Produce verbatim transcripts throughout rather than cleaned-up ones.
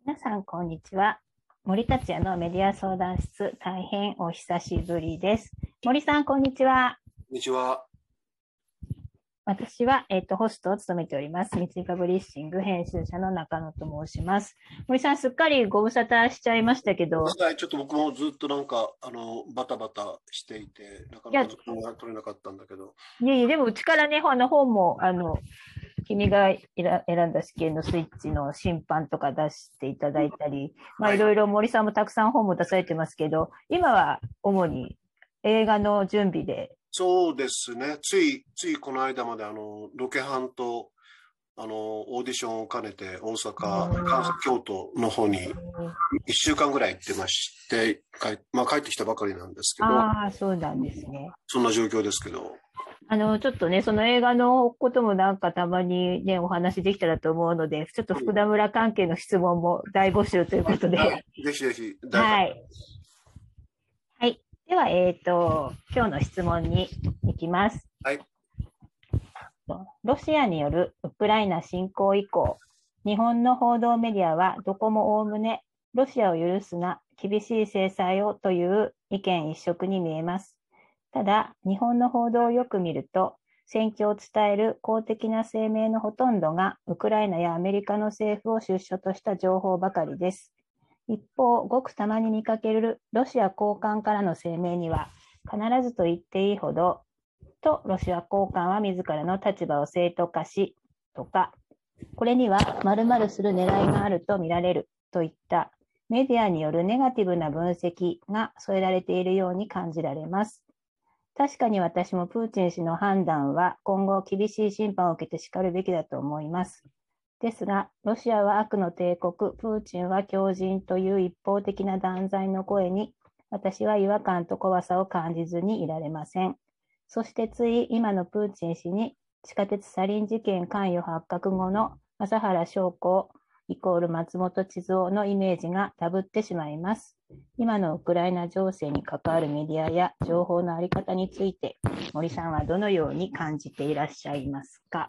皆さん、こんにちは。森達也のメディア相談室、大変お久しぶりです。森さん、こんにちは。 こんにちは。 私は、えっと、ホストを務めております。三井パブリッシング編集者の中野と申します。森さん、すっかりご無沙汰しちゃいましたけど。 はい、ちょっと僕もずっとなんか、あの、バタバタしていて、なかいや、 なか時間が取れなかったんだけど。 いえいえ、でもうちからね、あの本も、あの、君が選んだ試験のスイッチの審判とか出していただいたり、まあはい。 いろいろ森さんもたくさん本も出されてますけど、今は主に映画の準備で。 そうですね。つい、ついこの間まで、あの、ロケハンと、あの、オーディションを兼ねて、大阪、関西、京都の方にいっしゅうかんぐらい行ってまして、帰、まあ、帰ってきたばかりなんですけど、 ああ、そうなんですね。 そんな状況ですけど。 あの、ちょっとね、その映画のこともなんかたまにね、お話できたらと思うので、ちょっと福田村関係の質問も大募集ということで。 はい、ぜひぜひ、大歓はい。はい。では、えっと、今日の質問に行きます。 はい。 ロシアによるウクライナ侵攻以降、日本の報道メディアはどこもおおむね、ロシアを許すな、厳しい制裁をという意見一色に見えます。ただ、日本の報道をよく見ると、戦況を伝える公的な声明のほとんどが、ウクライナやアメリカの政府を出所とした情報ばかりです。一方、ごくたまに見かけるロシア高官からの声明には、必ずと言っていいほど、とロシア高官は自らの立場を正当化し、とか、これには〇〇する狙いがあると見られるといったメディアによるネガティブな分析が添えられているように感じられます。確かに私もプーチン氏の判断は今後厳しい審判を受けてしかるべきだと思います。ですが、ロシアは悪の帝国、プーチンは狂人という一方的な断罪の声に、私は違和感と怖さを感じずにいられません。そしてつい今のプーチン氏に地下鉄サリン事件関与発覚後の麻原彰晃イコール松本千蔵のイメージがダブってしまいます。今のウクライナ情勢に関わるメディアや情報のあり方について、森さんはどのように感じていらっしゃいますか？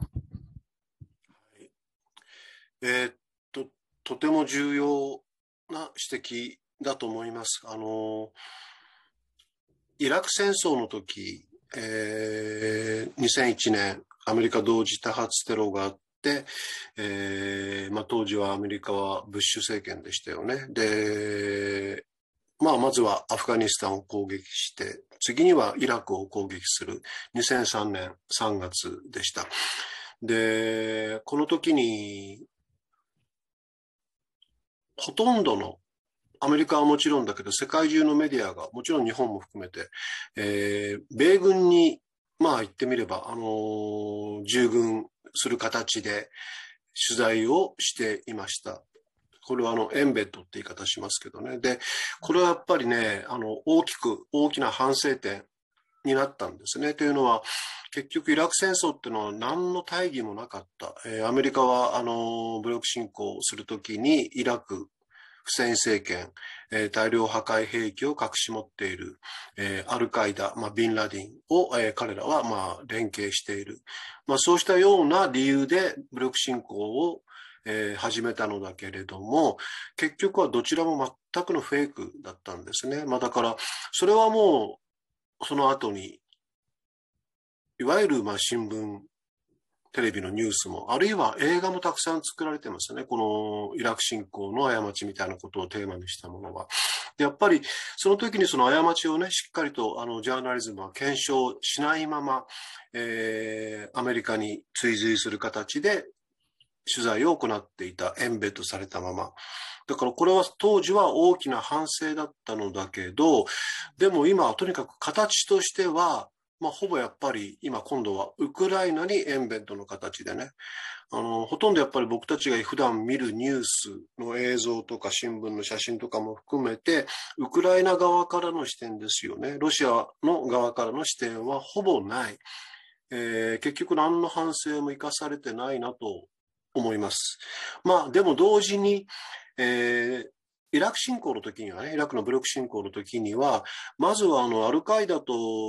えーっと、とても重要な指摘だと思います。あの、イラク戦争の時、えー、にせんいちねん、アメリカ同時多発テロがあって、えーまあ、当時はアメリカはブッシュ政権でしたよね。で、まあ、まずはアフガニスタンを攻撃して、次にはイラクを攻撃するにせんさんねんさんがつでした。で、この時に、ほとんどのアメリカはもちろんだけど、世界中のメディアが、もちろん日本も含めて、えー、米軍に、まあ言ってみれば、あのー、従軍する形で取材をしていました。これはあの、エンベッドって言い方しますけどね。で、これはやっぱりね、あの、大きく、大きな反省点になったんですね。というのは、結局イラク戦争っていうのは何の大義もなかった。えー、アメリカは、あの、武力侵攻するときにイラク、フセイン政権、えー、大量破壊兵器を隠し持っている、えー、アルカイダ、まあ、ビンラディンを、えー、彼らは、まあ、連携している。まあ、そうしたような理由で武力侵攻を、えー、始めたのだけれども、結局はどちらも全くのフェイクだったんですね。まあ、だから、それはもう、その後に、いわゆる、まあ、新聞、テレビのニュースも、あるいは映画もたくさん作られてますよね。このイラク侵攻の過ちみたいなことをテーマにしたものは。でやっぱり、その時にその過ちをね、しっかりとあのジャーナリズムは検証しないまま、えー、アメリカに追随する形で取材を行っていた、エンベッドされたまま。だからこれは当時は大きな反省だったのだけど、でも今はとにかく形としては、まあ、ほぼやっぱり今今度はウクライナにエンベッドの形でね、あの、ほとんどやっぱり僕たちが普段見るニュースの映像とか新聞の写真とかも含めて、ウクライナ側からの視点ですよね。ロシアの側からの視点はほぼない。えー、結局何の反省も生かされてないなと思います。まあ、でも同時に、えーイラク侵攻の時にはね、イラクの武力侵攻の時には、まずはあの、アルカイダと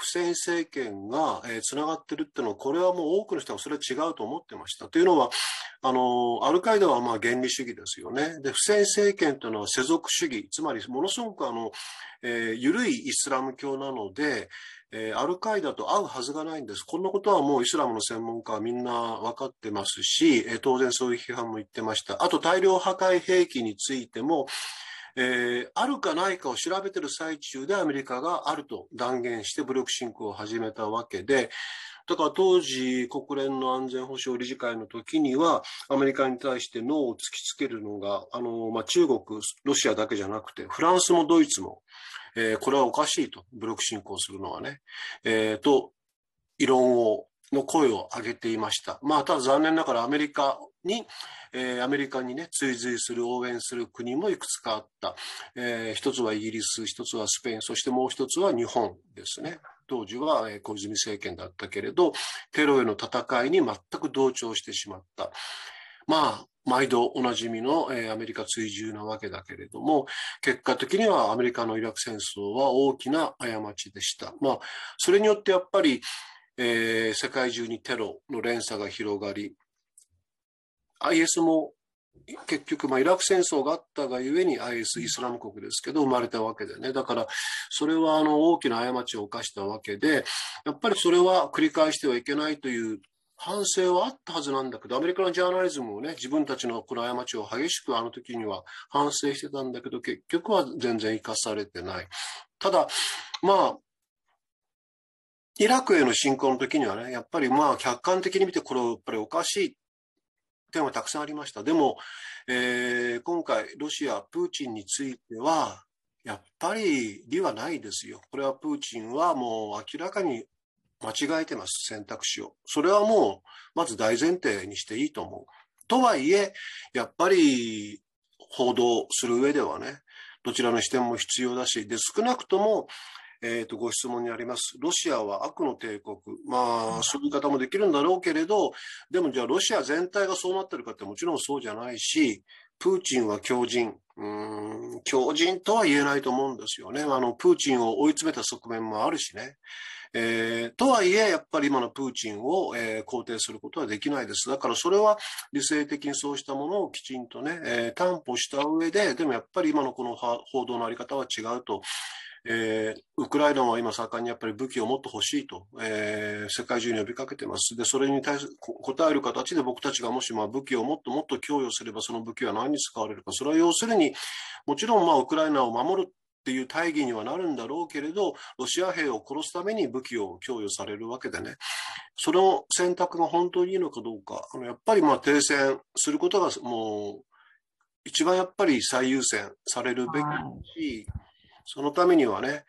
フセイン政権が、えー、つながってるっていうのは、これはもう多くの人はそれは違うと思ってました。というのは、あの、アルカイダはまあ原理主義ですよね。で、フセイン政権というのは世俗主義、つまりものすごくあの、えー、緩いイスラム教なので、えー、アルカイダと合うはずがないんです。こんなことはもうイスラムの専門家はみんな分かってますし、えー、当然そういう批判も言ってました。あと大量破壊兵器についても、えー、あるかないかを調べている最中でアメリカがあると断言して武力侵攻を始めたわけで、だから当時国連の安全保障理事会の時にはアメリカに対してノーを突きつけるのがあの、まあ、中国、ロシアだけじゃなくてフランスもドイツも、えー、これはおかしいと、武力侵攻するのはね、えー、と異論をの声を上げていました。まあ、ただ残念ながらアメリカに、えー、アメリカにね、追随する、応援する国もいくつかあった。えー、一つはイギリス、一つはスペイン、そしてもう一つは日本ですね。当時は小泉政権だったけれど、テロへの戦いに全く同調してしまった。まあ、毎度おなじみの、えー、アメリカ追従なわけだけれども、結果的にはアメリカのイラク戦争は大きな過ちでした。まあ、それによってやっぱり、えー、世界中にテロの連鎖が広がり、アイエス も結局、まあ、イラク戦争があったがゆえに アイエス イスラム国ですけど生まれたわけでね。だからそれはあの大きな過ちを犯したわけで、やっぱりそれは繰り返してはいけないという反省はあったはずなんだけど、アメリカのジャーナリズムもね、自分たちのこの過ちを激しくあの時には反省してたんだけど、結局は全然生かされてない。ただまあイラクへの侵攻の時にはね、やっぱりまあ客観的に見てこれはやっぱりおかしい点はたくさんありました。でも、えー、今回ロシア、プーチンについてはやっぱり利はないですよ。これはプーチンはもう明らかに間違えてます、選択肢を。それはもうまず大前提にしていいと思う。とはいえ、やっぱり報道する上ではね、どちらの視点も必要だし、で少なくともえー、とご質問にあります。ロシアは悪の帝国。まあ、そういう言い方もできるんだろうけれど、でもじゃあロシア全体がそうなってるかってもちろんそうじゃないし、プーチンは強人。うーん、強人とは言えないと思うんですよね。あの、プーチンを追い詰めた側面もあるしね。えー、とはいえ、やっぱり今のプーチンを、えー、肯定することはできないです。だからそれは理性的にそうしたものをきちんとね、えー、担保した上で、でもやっぱり今のこの報道のあり方は違うと。えー、ウクライナは今盛んにやっぱり武器をもっと欲しいと、えー、世界中に呼びかけてます。で、それに対する答える形で僕たちがもしまあ武器をもっともっと供与すればその武器は何に使われるか。それは要するに、もちろんまあウクライナを守るっていう大義にはなるんだろうけれど、ロシア兵を殺すために武器を供与されるわけでね。その選択が本当にいいのかどうか。あのやっぱりまあ停戦することがもう一番やっぱり最優先されるべきし、そのためにはね、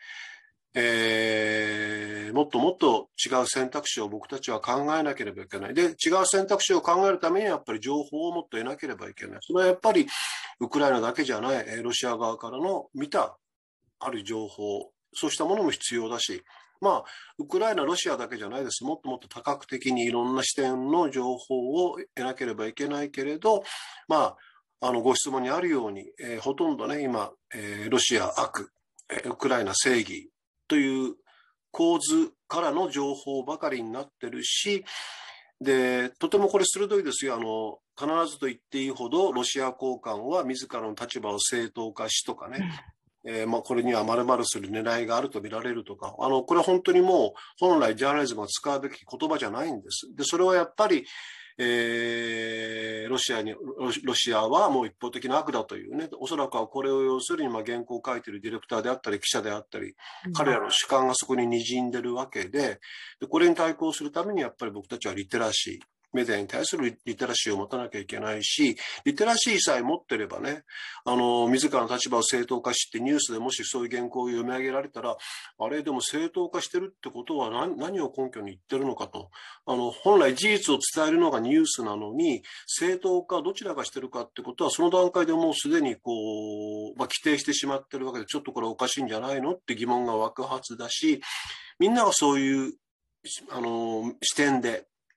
えー、もっともっと違う選択肢を僕たちは考えなければいけない。で、違う選択肢を考えるためにはやっぱり情報をもっと得なければいけない。それはやっぱりウクライナだけじゃない、ロシア側からの見たある情報、そうしたものも必要だし、まあ、ウクライナ、ロシアだけじゃないです。もっともっと多角的にいろんな視点の情報を得なければいけないけれど、まあ、あのご質問にあるように、えー、ほとんどね、今、えー、ロシア悪、ウクライナ正義という構図からの情報ばかりになってるし、で、とてもこれ鋭いですよ。あの、必ずと言っていいほどロシア高官は自らの立場を正当化しとかね、えー、まあこれには丸々する狙いがあると見られるとか、あの、これは本当にもう本来ジャーナリズムが使うべき言葉じゃないんです。で、それはやっぱり、えー、ロシアに、ロシアはもう一方的な悪だというね、おそらくはこれを要するにまあ原稿を書いているディレクターであったり記者であったり、彼らの主観がそこに滲んでるわけで、でこれに対抗するためにやっぱり僕たちはリテラシー、メディアに対するリテラシーを持たなきゃいけないし、リテラシーさえ持ってればね、あの、自らの立場を正当化してニュースでもしそういう原稿を読み上げられたら、あれでも正当化してるってことは 何, 何を根拠に言ってるのかと。あの、本来事実を伝えるのがニュースなのに、正当化どちらがしてるかってことは、その段階でもうすでにこう、まあ、規定してしまってるわけで、ちょっとこれおかしいんじゃないのって疑問が湧くはずだし、みんながそういう、あの、視点で、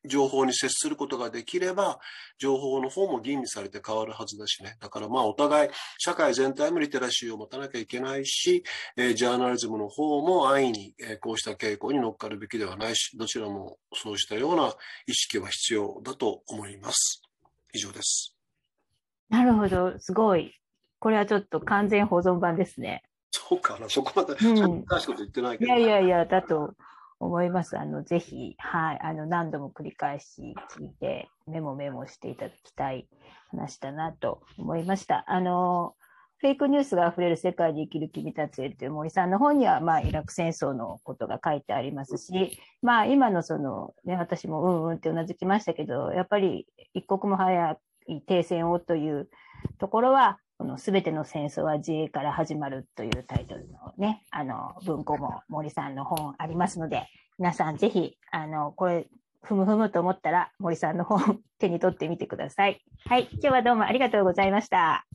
情報に接することができれば、情報の方も吟味されて変わるはずだしね。だからまあお互い、社会全体もリテラシーを持たなきゃいけないし、えー、ジャーナリズムの方も安易に、えー、こうした傾向に乗っかるべきではないし、どちらもそうしたような意識は必要だと思います。以上です。 なるほど、すごい。これはちょっと完全保存版ですね。 そうかな、そこまで、 うん、 そんな難しいこと言ってないけど。 いやいやいや、だと思います。あの、ぜひ、はい、あの、何度も繰り返し聞いて、メモメモしていただきたい話だなと思いました。あの、フェイクニュースが溢れる世界で生きる君たちへという森さんの本には、まあ、イラク戦争のことが書いてありますし、まあ、今のその、ね、私もうんうんってうなずきましたけど、やっぱり一刻も早い停戦をというところは、このすべての戦争は自衛から始まるというタイトルのね、あの、文庫も森さんの本ありますので、皆さんぜひ、あの、これ、ふむふむと思ったら森さんの本手に取ってみてください。はい、今日はどうもありがとうございました。